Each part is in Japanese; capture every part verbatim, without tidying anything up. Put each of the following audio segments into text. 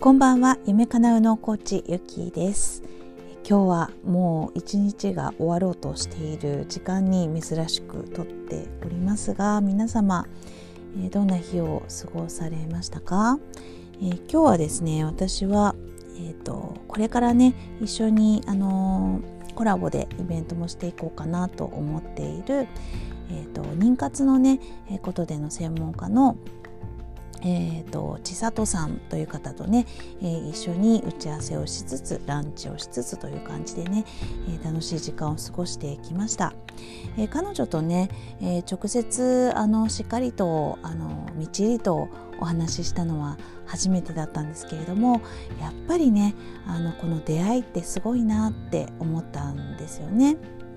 こんばんは。夢かなうのコーチゆきです。今日はもう一日が終わろうとしている時間に珍しく撮っておりますが、皆様、えー、どんな日を過ごされましたか？えー、今日はですね、私は、えーと、これからね一緒に、あのー、コラボでイベントもしていこうかなと思っている、えーと、妊活のねことでの専門家のえーと、千里さんという方とね、えー、一緒に打ち合わせをしつつランチをしつつという感じでね、えー、楽しい時間を過ごしてきました。えー、彼女とね、えー、直接あのしっかりとあのみっちりとお話ししたのは初めてだったんですけれども、やっぱりねあのこの出会いってすごいなって思ったんですよね。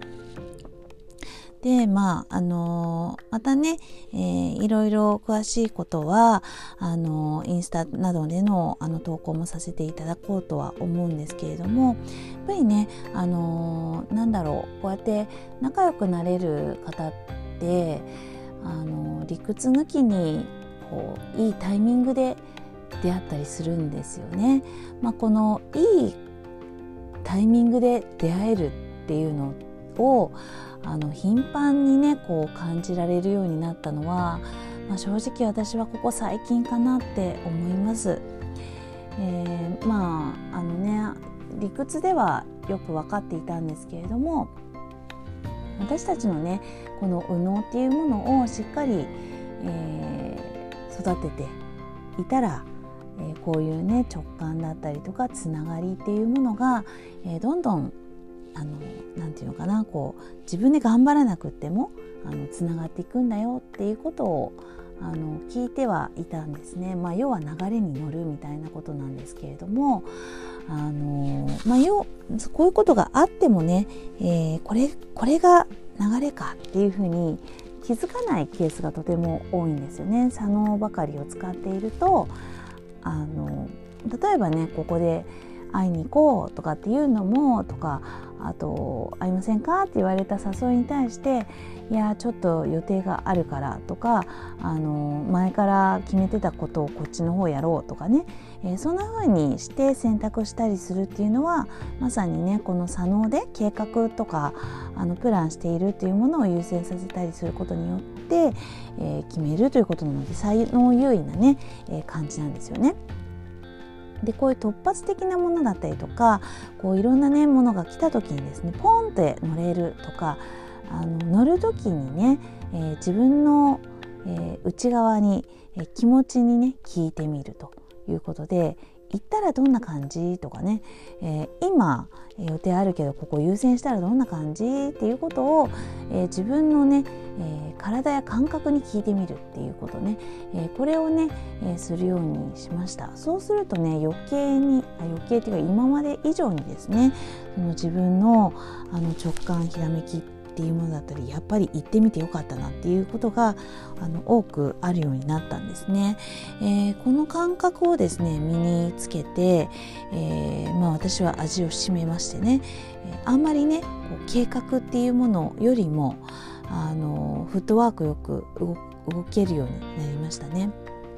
でまああのまたね、えー、いろいろ詳しいことはあのインスタなどでのあの投稿もさせていただこうとは思うんですけれども、やっぱりねあのなんだろうこうやって仲良くなれる方ってあの理屈抜きにこういいタイミングで出会ったりするんですよね。まあ、このいいタイミングで出会えるっていうのをあの頻繁にねこう感じられるようになったのは、まあ、正直私はここ最近かなって思います。えー、まああのね理屈ではよく分かっていたんですけれども、私たちのねこの右脳っていうものをしっかり、えー、育てていたら、えー、こういうね直感だったりとかつながりっていうものが、えー、どんどんあのなんていうのかなこう自分で頑張らなくってもあのつながっていくんだよっていうことをあの聞いてはいたんですね。まあ、要は流れに乗るみたいなことなんですけれども、あの、まあ、要こういうことがあってもね、えー、これこれが流れかっていうふうに気づかないケースがとても多いんですよね。左脳ばかりを使っているとあの例えばねここで会いに行こうとかっていうのもとか、あと会いませんかって言われた誘いに対していやちょっと予定があるからとか、あの前から決めてたことをこっちの方やろうとかね、えー、そんな風にして選択したりするっていうのはまさにねこの左脳で計画とかあのプランしているっていうものを優先させたりすることによって、えー、決めるということなので左脳優位なね、えー、感じなんですよね。でこういう突発的なものだったりとかこういろんなねものが来た時にですねポンって乗れるとか、あの乗る時にね、えー、自分の、えー、内側に、えー、気持ちにね聞いてみるということで、行ったらどんな感じとかね、えー、今予定あるけどここ優先したらどんな感じっていうことを、えー、自分のね、えー、体や感覚に聞いてみるっていうことね、えー、これをね、えー、するようにしました。そうするとね余計に余計っていうか今まで以上にですねその自分のあの直感ひらめきっていうものだったりやっぱり行ってみてよかったなっていうことがあの多くあるようになったんですね。えー、この感覚をですね身につけて、えーまあ、私は味を占めましてね、えー、あんまりねこう計画っていうものよりもあのフットワークよく 動, 動けるようになりましたね。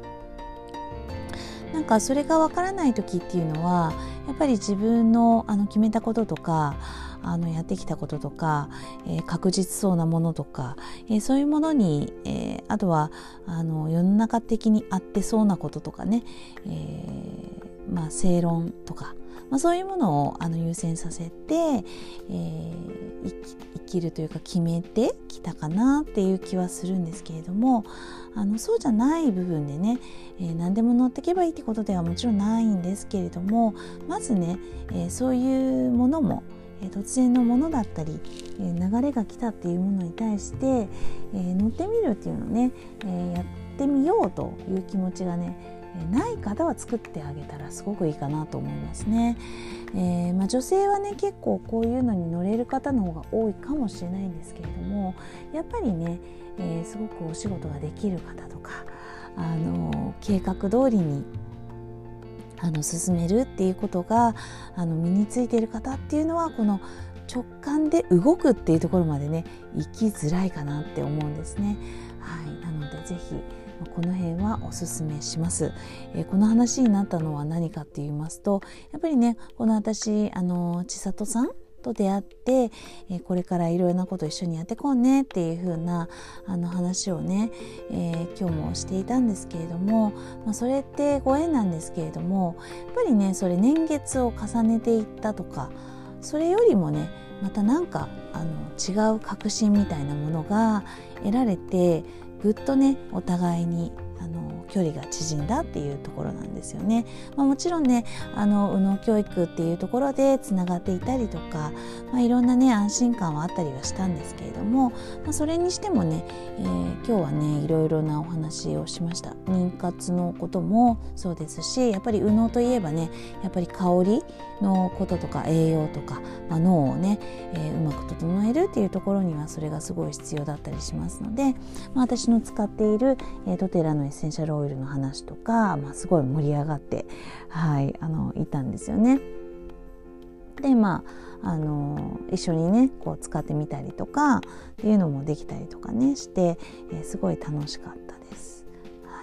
なんかそれがわからない時っていうのはやっぱり自分のあの決めたこととかあのやってきたこととか、えー、確実そうなものとか、えー、そういうものに、えー、あとはあの世の中的に合ってそうなこととかね、えーまあ、正論とか、まあ、そういうものをあの優先させて、えー、生き、生きるというか決めてきたかなっていう気はするんですけれども、あのそうじゃない部分でね、えー、何でも乗っていけばいいってことではもちろんないんですけれども、まずね、えー、そういうものも突然のものだったり流れが来たっていうものに対して、えー、乗ってみるっていうのをね、えー、やってみようという気持ちがねない方は作ってあげたらすごくいいかなと思いますね。えーまあ、女性はね結構こういうのに乗れる方の方が多いかもしれないんですけれども、やっぱりね、えー、すごくお仕事ができる方とか、あの計画通りにあの進めるっていうことがあの身についている方っていうのはこの直感で動くっていうところまでね行きづらいかなって思うんですね。はい、なのでぜひこの辺はおすすめします。えー、この話になったのは何かって言いますと、やっぱりねこの私あの千里さんと出会って、えー、これからいろいろなことを一緒にやっていこうねっていう風なあの話をね、えー、今日もしていたんですけれども、まあ、それってご縁なんですけれども、やっぱりねそれ年月を重ねていったとか、それよりもねまたなんかあの違う確信みたいなものが得られて、ぐっとねお互いにあの距離が縮んだっていうところなんですよね。まあ、もちろんねあの右脳教育っていうところでつながっていたりとか、まあ、いろんなね安心感はあったりはしたんですけれども、まあ、それにしてもね、えー、今日はねいろいろなお話をしました。妊活のこともそうですし、やっぱり右脳といえばねやっぱり香りのこととか栄養とか、まあ、脳をね、えー、うまく整えるっていうところにはそれがすごい必要だったりしますので、まあ、私の使っている、えー、ドテラのエッセンシャルオイルの話とか、まあ、すごい盛り上がって、はい、あのいたんですよね。でまあ、あの一緒にねこう使ってみたりとかっていうのもできたりとかねして、えー、すごい楽しかったです。はい、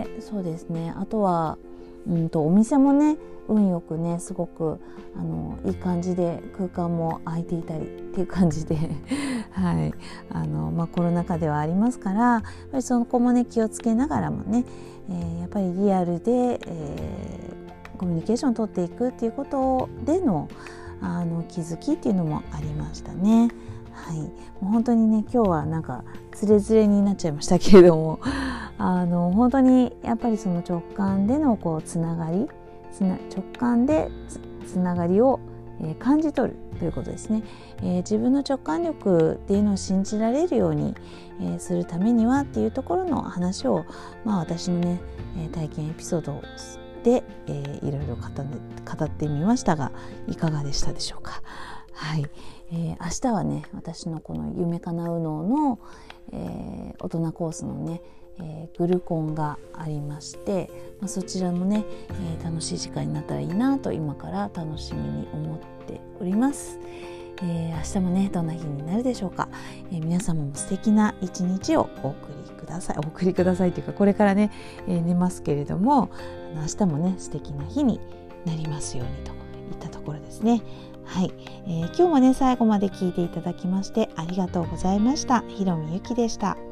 でそうですね、あとはうんとお店もね運よくねすごくあのいい感じで空間も空いていたりっていう感じではいあのまあ、コロナ禍ではありますから、やっぱりそこもね気をつけながらもね、えー、やっぱりリアルで、えー、コミュニケーションを取っていくっていうことでの、あの気づきっていうのもありましたね。はい、もう本当にね今日はなんかつれづれになっちゃいましたけれども、あの本当にやっぱりその直感でのこうつながりつな直感で つ, つながりを、えー、感じ取るということですね。えー、自分の直感力っていうのを信じられるように、えー、するためにはっていうところの話を、まあ、私のね、えー、体験エピソードで、えー、いろいろ語って語ってみましたが、いかがでしたでしょうか。はい、えー、明日はね私のこの夢かなう脳の、えー、大人コースのね、えー、グルコンがありまして、まあ、そちらもね、えー、楽しい時間になったらいいなと今から楽しみに思っております。えー、明日もねどんな日になるでしょうか。えー、皆様も素敵な一日をお送りくださいお送りくださいというか、これからね、えー、寝ますけれども、明日もね素敵な日になりますようにといったところですね。はい、えー、今日もね最後まで聞いていただきましてありがとうございました。ひろみゆきでした。